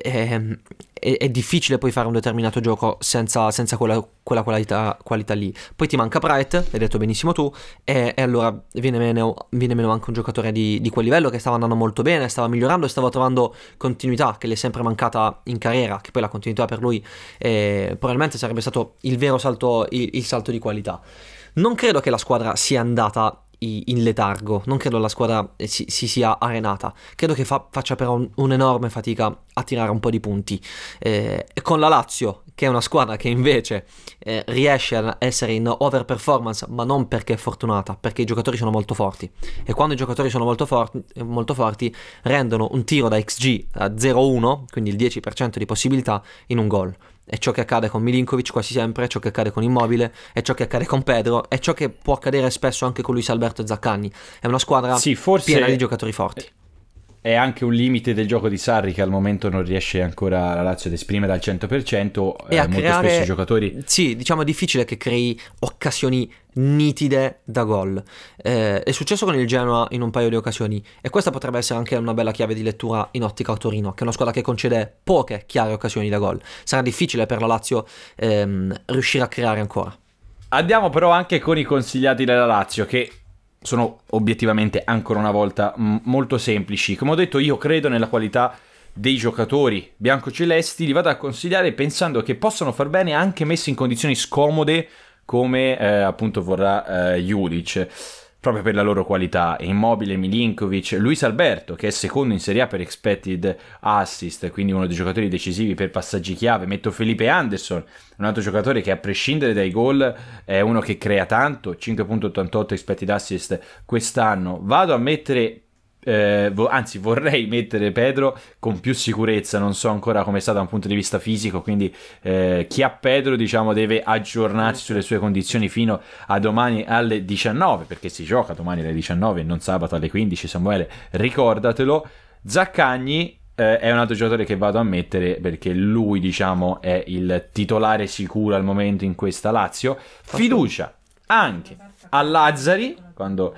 È difficile poi fare un determinato gioco senza quella qualità lì. Poi ti manca Praet, l'hai detto benissimo tu, e allora viene meno anche un giocatore di quel livello, che stava andando molto bene, stava migliorando e stava trovando continuità, che gli è sempre mancata in carriera, che poi la continuità per lui probabilmente sarebbe stato il vero salto, il salto di qualità. Non credo che la squadra sia andata in letargo, non credo la squadra si sia arenata, credo che faccia però un'enorme fatica a tirare un po' di punti, e con la Lazio, che è una squadra che invece riesce a essere in overperformance, ma non perché è fortunata, perché i giocatori sono molto forti, e quando i giocatori sono molto forti rendono un tiro da XG a 0,1, quindi il 10% di possibilità, in un gol. È ciò che accade con Milinkovic quasi sempre, è ciò che accade con Immobile, è ciò che accade con Pedro, è ciò che può accadere spesso anche con Luis Alberto e Zaccagni. È una squadra piena di giocatori forti. È anche un limite del gioco di Sarri, che al momento non riesce ancora la Lazio ad esprimere al 100%, e a molto creare, spesso i giocatori... Sì, diciamo è difficile che crei occasioni nitide da gol. È successo con il Genoa in un paio di occasioni, e questa potrebbe essere anche una bella chiave di lettura in ottica a Torino, che è una squadra che concede poche chiare occasioni da gol. Sarà difficile per la Lazio riuscire a creare ancora. Andiamo però anche con i consigliati della Lazio, che sono obiettivamente ancora una volta molto semplici. Come ho detto, io credo nella qualità dei giocatori biancocelesti, li vado a consigliare pensando che possono far bene anche messi in condizioni scomode, come appunto vorrà Juric, proprio per la loro qualità. Immobile, Milinkovic, Luis Alberto, che è secondo in Serie A per expected assist, quindi uno dei giocatori decisivi per passaggi chiave. Metto Felipe Anderson, un altro giocatore che a prescindere dai gol è uno che crea tanto, 5.88 expected assist quest'anno. Vado a mettere anzi vorrei mettere Pedro con più sicurezza, non so ancora come sta da un punto di vista fisico, quindi chi ha Pedro diciamo deve aggiornarsi sulle sue condizioni fino a domani alle 19, perché si gioca domani alle 19 e non sabato alle 15. Samuele, ricordatelo. Zaccagni è un altro giocatore che vado a mettere perché lui diciamo è il titolare sicuro al momento in questa Lazio. Fiducia anche a Lazzari quando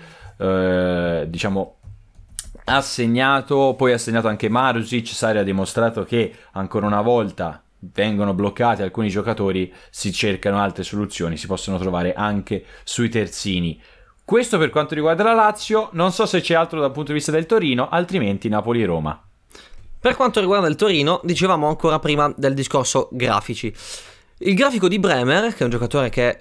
diciamo ha segnato anche Marusic. Sarri ha dimostrato che ancora una volta vengono bloccati alcuni giocatori, si cercano altre soluzioni, si possono trovare anche sui terzini. Questo per quanto riguarda la Lazio. Non so se c'è altro dal punto di vista del Torino, altrimenti Napoli-Roma. Per quanto riguarda il Torino, dicevamo ancora prima del discorso grafici. Il grafico di Bremer, che è un giocatore che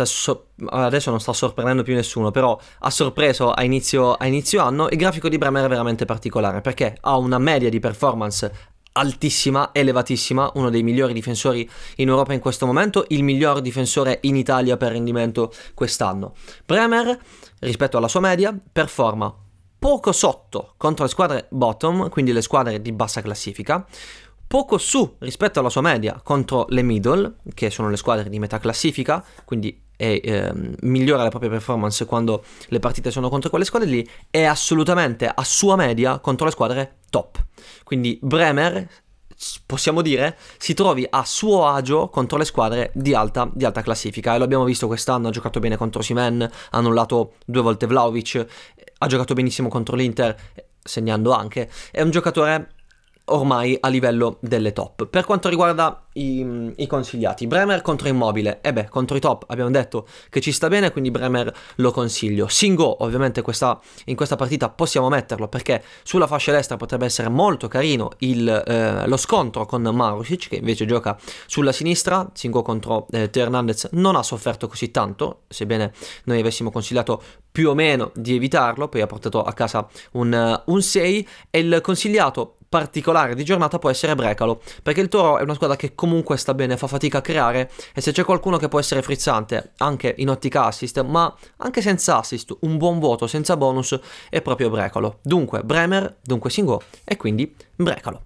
adesso non sta sorprendendo più nessuno, però ha sorpreso a inizio anno. Il grafico di Bremer è veramente particolare perché ha una media di performance altissima, elevatissima, uno dei migliori difensori in Europa in questo momento, il miglior difensore in Italia per rendimento quest'anno. Bremer, rispetto alla sua media, performa poco sotto contro le squadre bottom, quindi le squadre di bassa classifica, poco su rispetto alla sua media contro le middle, che sono le squadre di metà classifica, quindi migliora le proprie performance quando le partite sono contro quelle squadre lì, e assolutamente a sua media contro le squadre top. Quindi Bremer, possiamo dire, si trovi a suo agio contro le squadre di alta classifica, e lo abbiamo visto quest'anno. Ha giocato bene contro Osimhen, ha annullato 2 volte Vlahovic, ha giocato benissimo contro l'Inter, segnando anche. È un giocatore ormai a livello delle top. Per quanto riguarda i consigliati, Bremer contro Immobile, contro i top abbiamo detto che ci sta bene, quindi Bremer lo consiglio. Singo ovviamente in questa partita possiamo metterlo perché sulla fascia destra potrebbe essere molto carino lo scontro con Marusic, che invece gioca sulla sinistra. Singo contro Teo Hernandez non ha sofferto così tanto, sebbene noi avessimo consigliato più o meno di evitarlo, poi ha portato a casa un 6. E il consigliato particolare di giornata può essere Brecalo, perché il Toro è una squadra che comunque sta bene, fa fatica a creare, e se c'è qualcuno che può essere frizzante anche in ottica assist, ma anche senza assist, un buon voto senza bonus, è proprio Brecalo. Dunque Bremer, dunque Singo, e quindi Brecalo.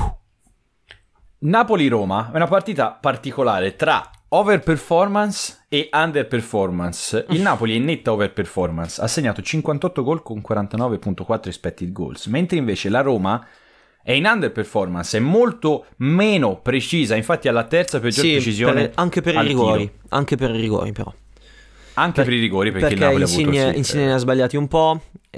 Napoli-Roma è una partita particolare tra overperformance e underperformance. Il Napoli è in netta overperformance, ha segnato 58 gol con 49.4 expected goals, mentre invece la Roma è in underperformance, è molto meno precisa, infatti ha la terza peggior precisione anche per i rigori, però. Anche per i rigori, perché il Napoli ha avuto Insigne ne ha sbagliati un po'.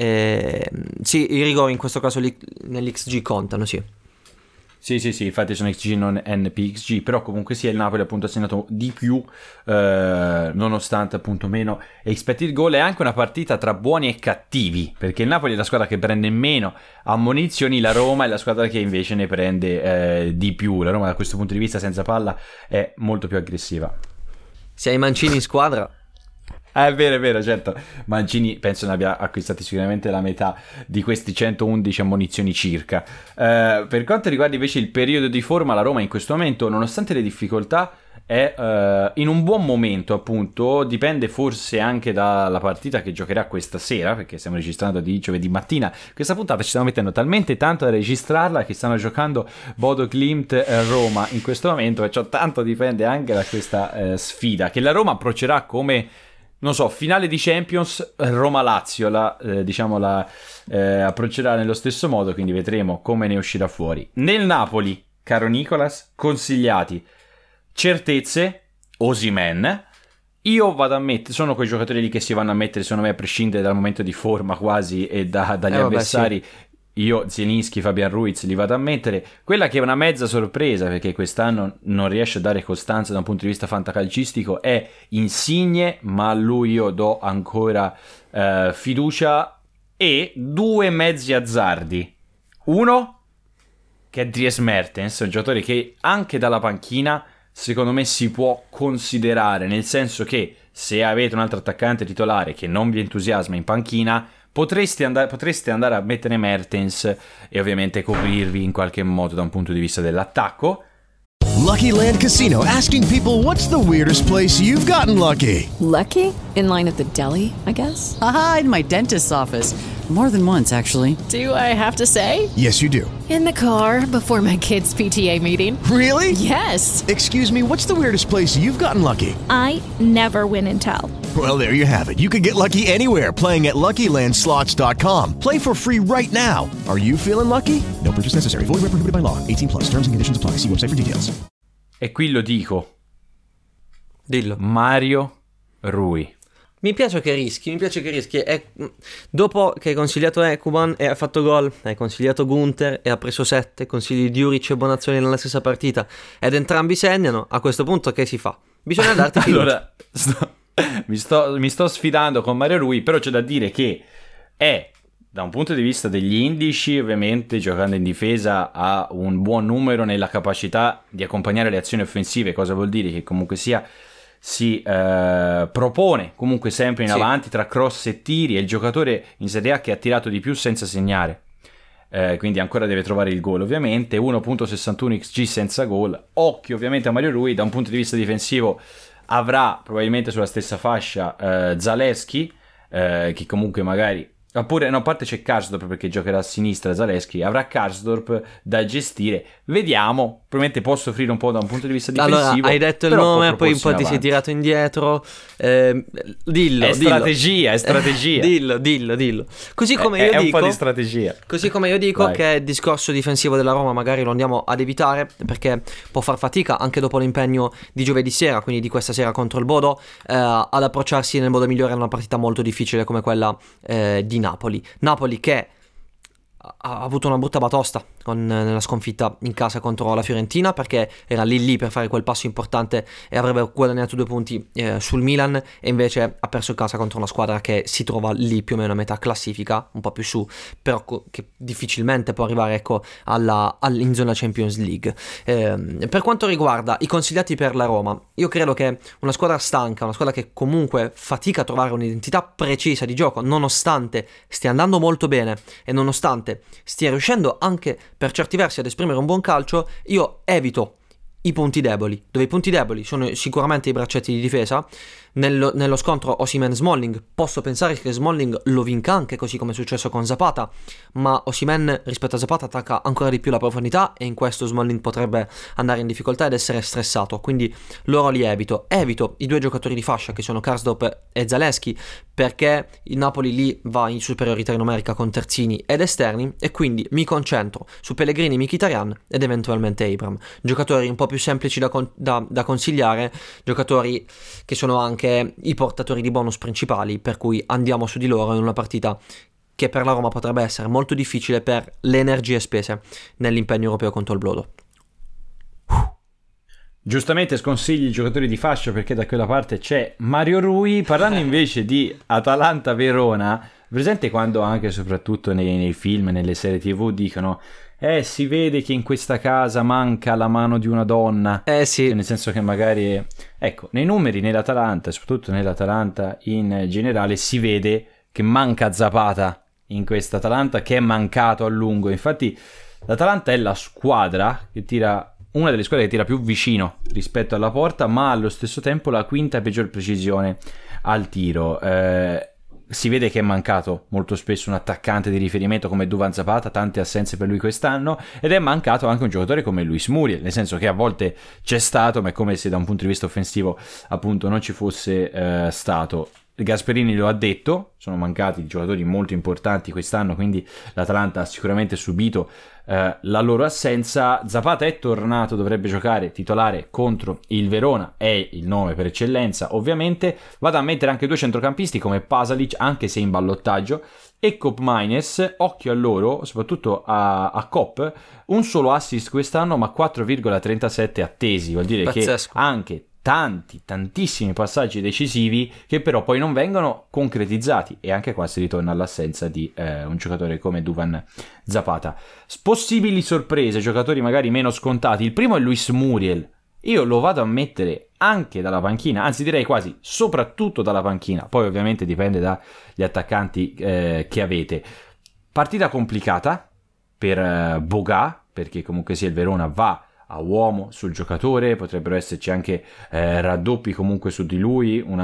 Sì, i rigori in questo caso nell'XG contano, sì. Sì, infatti sono XG non NPXG, però comunque sia il Napoli appunto ha segnato di più, nonostante appunto meno expected goal. È anche una partita tra buoni e cattivi, perché il Napoli è la squadra che prende meno ammonizioni, la Roma è la squadra che invece ne prende di più. La Roma da questo punto di vista senza palla è molto più aggressiva. Se hai Mancini in squadra... È vero, certo. Mancini penso ne abbia acquistati sicuramente la metà di questi 111 ammonizioni circa. Per quanto riguarda invece il periodo di forma, la Roma in questo momento, nonostante le difficoltà, è in un buon momento, appunto. Dipende forse anche dalla partita che giocherà questa sera, perché stiamo registrando di giovedì mattina. Questa puntata ci stiamo mettendo talmente tanto a registrarla che stanno giocando Bodo Glimt e Roma in questo momento, e ciò tanto dipende anche da questa sfida, che la Roma approccerà come... non so, finale di Champions, Roma-Lazio approccerà nello stesso modo, quindi vedremo come ne uscirà fuori. Nel Napoli, caro Nicolas, consigliati, certezze, Osimhen. Io vado a mettere, sono quei giocatori lì che si vanno a mettere, secondo me, a prescindere dal momento di forma quasi e dagli avversari. Sì. Io Zielinski, Fabian Ruiz li vado a mettere. Quella che è una mezza sorpresa, perché quest'anno non riesce a dare costanza da un punto di vista fantacalcistico, è Insigne, ma a lui io do ancora fiducia. E 2 mezzi azzardi. Uno che è Dries Mertens, un giocatore che anche dalla panchina secondo me si può considerare, nel senso che se avete un altro attaccante titolare che non vi entusiasma in panchina, potreste andare a mettere Mertens e ovviamente coprirvi in qualche modo da un punto di vista dell'attacco. Lucky Land Casino, asking people, what's the weirdest place you've gotten lucky? Lucky? In line at the deli, I guess? Aha, in my dentist's office. More than once, actually. Do I have to say? Yes, you do. In the car before my kids' PTA meeting. Really? Yes. Excuse me, what's the weirdest place you've gotten lucky? I never win and tell. Well, there you have it. You can get lucky anywhere, playing at LuckyLandSlots.com. Play for free right now. Are you feeling lucky? No purchase necessary. Void where prohibited by law. 18 plus. Terms and conditions apply. See website for details. E qui lo dico. Dillo. Mario Rui. Mi piace che rischi. Dopo che hai consigliato Ekuban e ha fatto gol, hai consigliato Gunther e ha preso 7, consigli Djuric e Bonazzoli nella stessa partita ed entrambi segnano, a questo punto che si fa? Bisogna darti fiducia. Allora, mi sto sfidando con Mario Rui, però c'è da dire che è, da un punto di vista degli indici, ovviamente giocando in difesa ha un buon numero nella capacità di accompagnare le azioni offensive, cosa vuol dire che comunque sia si propone comunque sempre in avanti tra cross e tiri, è il giocatore in Serie A che ha tirato di più senza segnare, quindi ancora deve trovare il gol ovviamente. 1.61 XG senza gol. Occhio ovviamente a Mario Rui, da un punto di vista difensivo avrà probabilmente sulla stessa fascia Zalewski, che comunque magari, oppure no, a parte c'è Karsdorp perché giocherà a sinistra Zalewski, avrà Karsdorp da gestire, vediamo, probabilmente può soffrire un po' da un punto di vista difensivo. Allora, hai detto il nome, poi un po' ti sei tirato indietro, dillo. È strategia. Dillo. Così come io dico, è un dico, po' di strategia. Così come io dico che il discorso difensivo della Roma magari lo andiamo ad evitare, perché può far fatica anche dopo l'impegno di giovedì sera, quindi di questa sera contro il Bodo, ad approcciarsi nel modo migliore a una partita molto difficile come quella di Napoli che ha avuto una brutta batosta nella sconfitta in casa contro la Fiorentina, perché era lì per fare quel passo importante e avrebbe guadagnato 2 punti sul Milan, e invece ha perso in casa contro una squadra che si trova lì più o meno a metà classifica, un po' più su, però che difficilmente può arrivare in zona Champions League. Per quanto riguarda i consigliati per la Roma, io credo che una squadra stanca, una squadra che comunque fatica a trovare un'identità precisa di gioco, nonostante stia andando molto bene e nonostante stia riuscendo anche per certi versi ad esprimere un buon calcio, io evito i punti deboli, dove i punti deboli sono sicuramente i braccetti di difesa. Nello scontro Osimhen-Smalling posso pensare che Smalling lo vinca anche, così come è successo con Zapata, ma Osimhen rispetto a Zapata attacca ancora di più la profondità e in questo Smalling potrebbe andare in difficoltà ed essere stressato, quindi loro li evito i 2 giocatori di fascia che sono Karsdorp e Zalewski, perché il Napoli lì va in superiorità numerica con terzini ed esterni, e quindi mi concentro su Pellegrini, Mkhitaryan ed eventualmente Abraham, giocatori un po' più semplici da consigliare, giocatori che sono anche i portatori di bonus principali, per cui andiamo su di loro in una partita che per la Roma potrebbe essere molto difficile per le energie spese nell'impegno europeo contro il Bodo. Giustamente sconsigli i giocatori di fascia perché da quella parte c'è Mario Rui. Parlando invece di Atalanta-Verona, presente quando anche e soprattutto nei film, nelle serie TV dicono si vede che in questa casa manca la mano di una donna, sì, nel senso che magari, ecco, nei numeri nell'Atalanta, soprattutto nell'Atalanta in generale, si vede che manca Zapata in questa Atalanta, che è mancato a lungo. Infatti l'Atalanta è la squadra che tira, una delle squadre che tira più vicino rispetto alla porta, ma allo stesso tempo la quinta peggior precisione al tiro. Si vede che è mancato molto spesso un attaccante di riferimento come Duvan Zapata, tante assenze per lui quest'anno, ed è mancato anche un giocatore come Luis Muriel, nel senso che a volte c'è stato, ma è come se da un punto di vista offensivo appunto non ci fosse stato. Gasperini lo ha detto, sono mancati giocatori molto importanti quest'anno, quindi l'Atalanta ha sicuramente subito la loro assenza. Zapata è tornato, dovrebbe giocare titolare contro il Verona, è il nome per eccellenza ovviamente. Vado a mettere anche 2 centrocampisti come Pasalic, anche se in ballottaggio, e Koopmeiners. Occhio a loro, soprattutto a Koop, un solo assist quest'anno ma 4,37 attesi, vuol dire pazzesco, che anche tantissimi passaggi decisivi che però poi non vengono concretizzati, e anche qua si ritorna all'assenza di un giocatore come Duvan Zapata. Possibili sorprese, giocatori magari meno scontati, il primo è Luis Muriel. Io lo vado a mettere anche dalla panchina, anzi direi quasi soprattutto dalla panchina, poi ovviamente dipende dagli attaccanti che avete. Partita complicata per Boga, perché comunque sia il Verona va a uomo sul giocatore, potrebbero esserci anche raddoppi comunque su di lui, una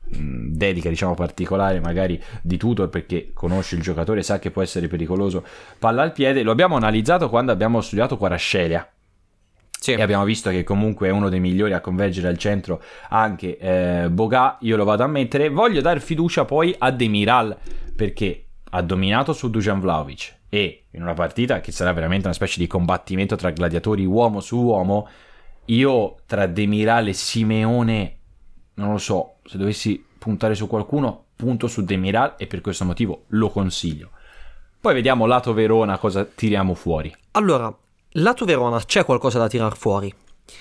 dedica, diciamo, particolare magari di tutor, perché conosce il giocatore, sa che può essere pericoloso palla al piede. Lo abbiamo analizzato quando abbiamo studiato Kvaratskhelia. Sì. E abbiamo visto che comunque è uno dei migliori a convergere al centro anche Boga, io lo vado a mettere. Voglio dare fiducia poi a Demiral, perché ha dominato su Dusan Vlahovic, e in una partita che sarà veramente una specie di combattimento tra gladiatori uomo su uomo, io tra Demiral e Simeone non lo so, se dovessi puntare su qualcuno punto su Demiral, e per questo motivo lo consiglio. Poi vediamo lato Verona cosa tiriamo fuori. Allora, lato Verona c'è qualcosa da tirar fuori,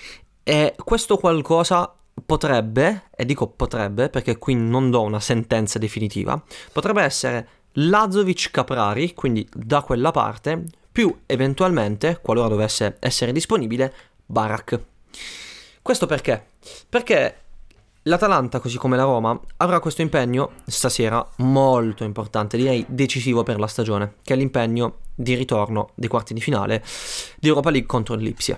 e questo qualcosa potrebbe, e dico potrebbe perché qui non do una sentenza definitiva, potrebbe essere Lazovic Caprari, quindi da quella parte, più eventualmente, qualora dovesse essere disponibile, Barak. Questo perché? Perché l'Atalanta, così come la Roma, avrà questo impegno stasera molto importante, direi decisivo per la stagione, che è l'impegno di ritorno dei quarti di finale di Europa League contro il Lipsia.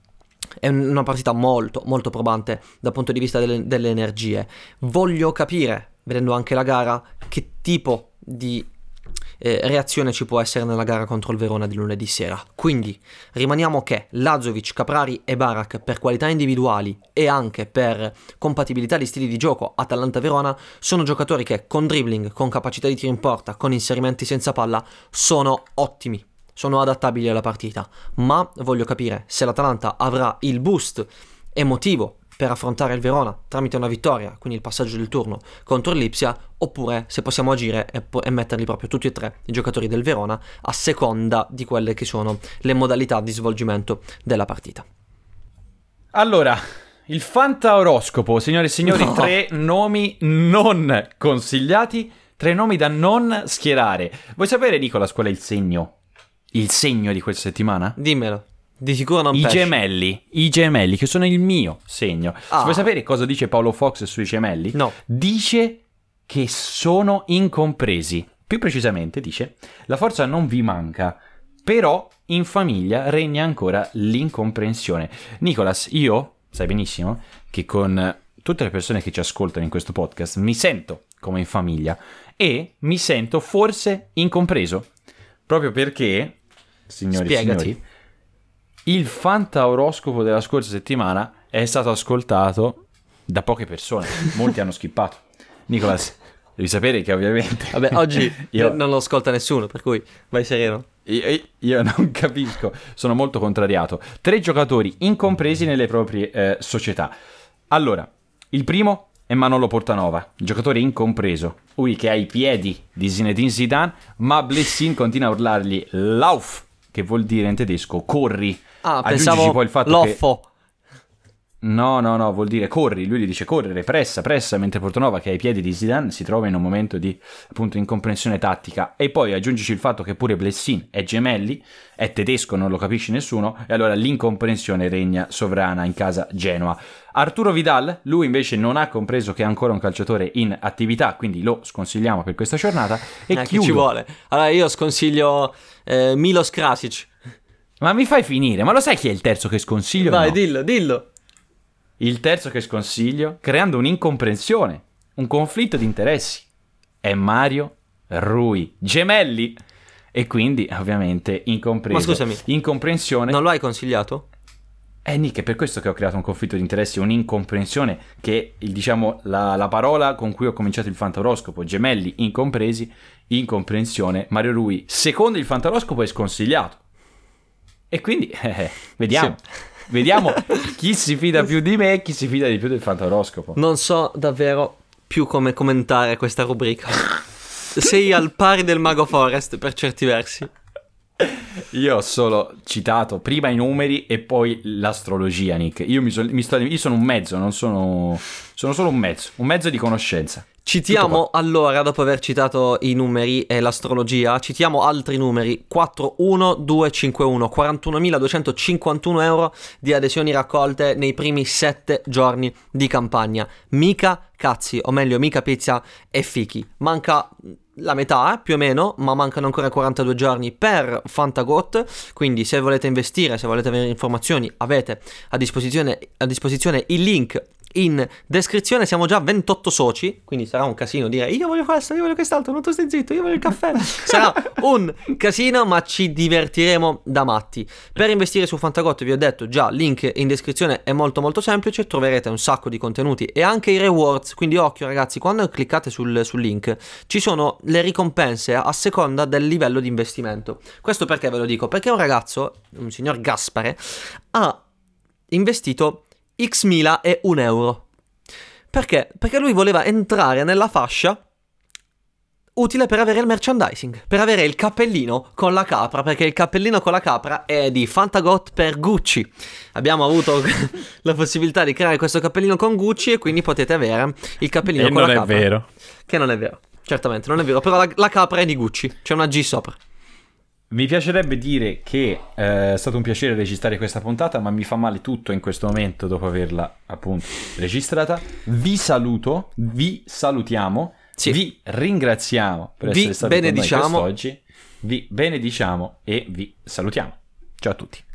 È una partita molto molto probante dal punto di vista delle energie. Voglio capire, vedendo anche la gara, che tipo di reazione ci può essere nella gara contro il Verona di lunedì sera. Quindi rimaniamo che Lazovic, Caprari e Barak, per qualità individuali e anche per compatibilità di stili di gioco Atalanta-Verona, sono giocatori che con dribbling, con capacità di tiro in porta, con inserimenti senza palla sono ottimi, sono adattabili alla partita. Ma voglio capire se l'Atalanta avrà il boost emotivo per affrontare il Verona tramite una vittoria, quindi il passaggio del turno contro il Lipsia, oppure se possiamo agire e metterli proprio tutti e tre i giocatori del Verona a seconda di quelle che sono le modalità di svolgimento della partita. Allora, il fantaoroscopo, signore e signori, No. 3 nomi non consigliati, 3 nomi da non schierare. Vuoi sapere, Nicolas, qual è il segno? Il segno di questa settimana? Dimmelo. Di sicuro non I pesci. gemelli, che sono il mio segno. Ah. Vuoi sapere cosa dice Paolo Fox sui gemelli? No. Dice che sono incompresi. Più precisamente dice: la forza non vi manca, però in famiglia regna ancora l'incomprensione. Nicolas, io, sai benissimo, che con tutte le persone che ci ascoltano in questo podcast mi sento come in famiglia, e mi sento forse incompreso, proprio perché, signori e Spiegati. signori, il fantaoroscopo della scorsa settimana è stato ascoltato da poche persone. Molti hanno skippato. Nicolas, devi sapere che ovviamente... Vabbè, oggi io non lo ascolta nessuno, per cui vai sereno. Io non capisco, sono molto contrariato. 3 giocatori incompresi nelle proprie società. Allora, il primo è Manolo Portanova, giocatore incompreso. Lui che ha i piedi di Zinedine Zidane, ma Blessin continua a urlargli Lauf, che vuol dire in tedesco corri. Ah, Aggiungici pensavo poi il fatto Loffo. No, vuol dire corri. Lui gli dice correre, pressa, mentre Portanova, che ha i piedi di Zidane, si trova in un momento di, appunto, incomprensione tattica. E poi aggiungici il fatto che pure Blessin è gemelli, è tedesco, non lo capisce nessuno, e allora l'incomprensione regna sovrana in casa Genoa. Arturo Vidal, lui invece non ha compreso che è ancora un calciatore in attività, quindi lo sconsigliamo per questa giornata. E Che chiudo. ci vuole. Allora io sconsiglio Milos Krasic. Ma mi fai finire? Ma lo sai chi è il terzo che sconsiglio? Vai, No. dillo. Il terzo che sconsiglio, creando un'incomprensione, un conflitto di interessi, è Mario Rui. Gemelli! E quindi, ovviamente, incompreso. Ma scusami, incomprensione. Non lo hai consigliato? Nick, è per questo che ho creato un conflitto di interessi, un'incomprensione, che è, diciamo, la parola con cui ho cominciato il fantaoroscopo. Gemelli incompresi, incomprensione. Mario Rui, secondo il fantaoroscopo, è sconsigliato. E quindi, vediamo. Sì. Vediamo chi si fida più di me e chi si fida di più del fantaoroscopo. Non so davvero più come commentare questa rubrica. Sei al pari del Mago Forest per certi versi. Io ho solo citato prima i numeri e poi l'astrologia, Nick. Io sono un mezzo, non sono solo un mezzo di conoscenza. Citiamo allora, dopo aver citato i numeri e l'astrologia, citiamo altri numeri: 41251, 41.251 euro di adesioni raccolte nei primi 7 giorni di campagna. Mica cazzi, o meglio mica pizza e fichi. Manca la metà più o meno, ma mancano ancora 42 giorni per Fantagot, quindi se volete investire, se volete avere informazioni, avete a disposizione il link In descrizione siamo già 28 soci, quindi sarà un casino dire io voglio questo, io voglio quest'altro, non tu stai zitto, io voglio il caffè. Sarà un casino, ma ci divertiremo da matti. Per investire su Fantagot vi ho detto già, link in descrizione, è molto molto semplice, troverete un sacco di contenuti e anche i rewards, quindi occhio ragazzi, quando cliccate sul link ci sono le ricompense a seconda del livello di investimento. Questo perché ve lo dico? Perché un ragazzo, un signor Gaspare, ha investito X mila e €1. Perché? Perché lui voleva entrare nella fascia utile per avere il merchandising, per avere il cappellino con la capra, perché il cappellino con la capra è di Fantagot per Gucci. Abbiamo avuto la possibilità di creare questo cappellino con Gucci e quindi potete avere il cappellino con la capra. Non è vero. Che non è vero, certamente non è vero, però la capra è di Gucci, c'è una G sopra. Mi piacerebbe dire che è stato un piacere registrare questa puntata, ma mi fa male tutto in questo momento dopo averla appunto registrata. Vi saluto, vi salutiamo, sì. Vi ringraziamo per essere stati con noi quest'oggi, vi benediciamo e vi salutiamo. Ciao a tutti.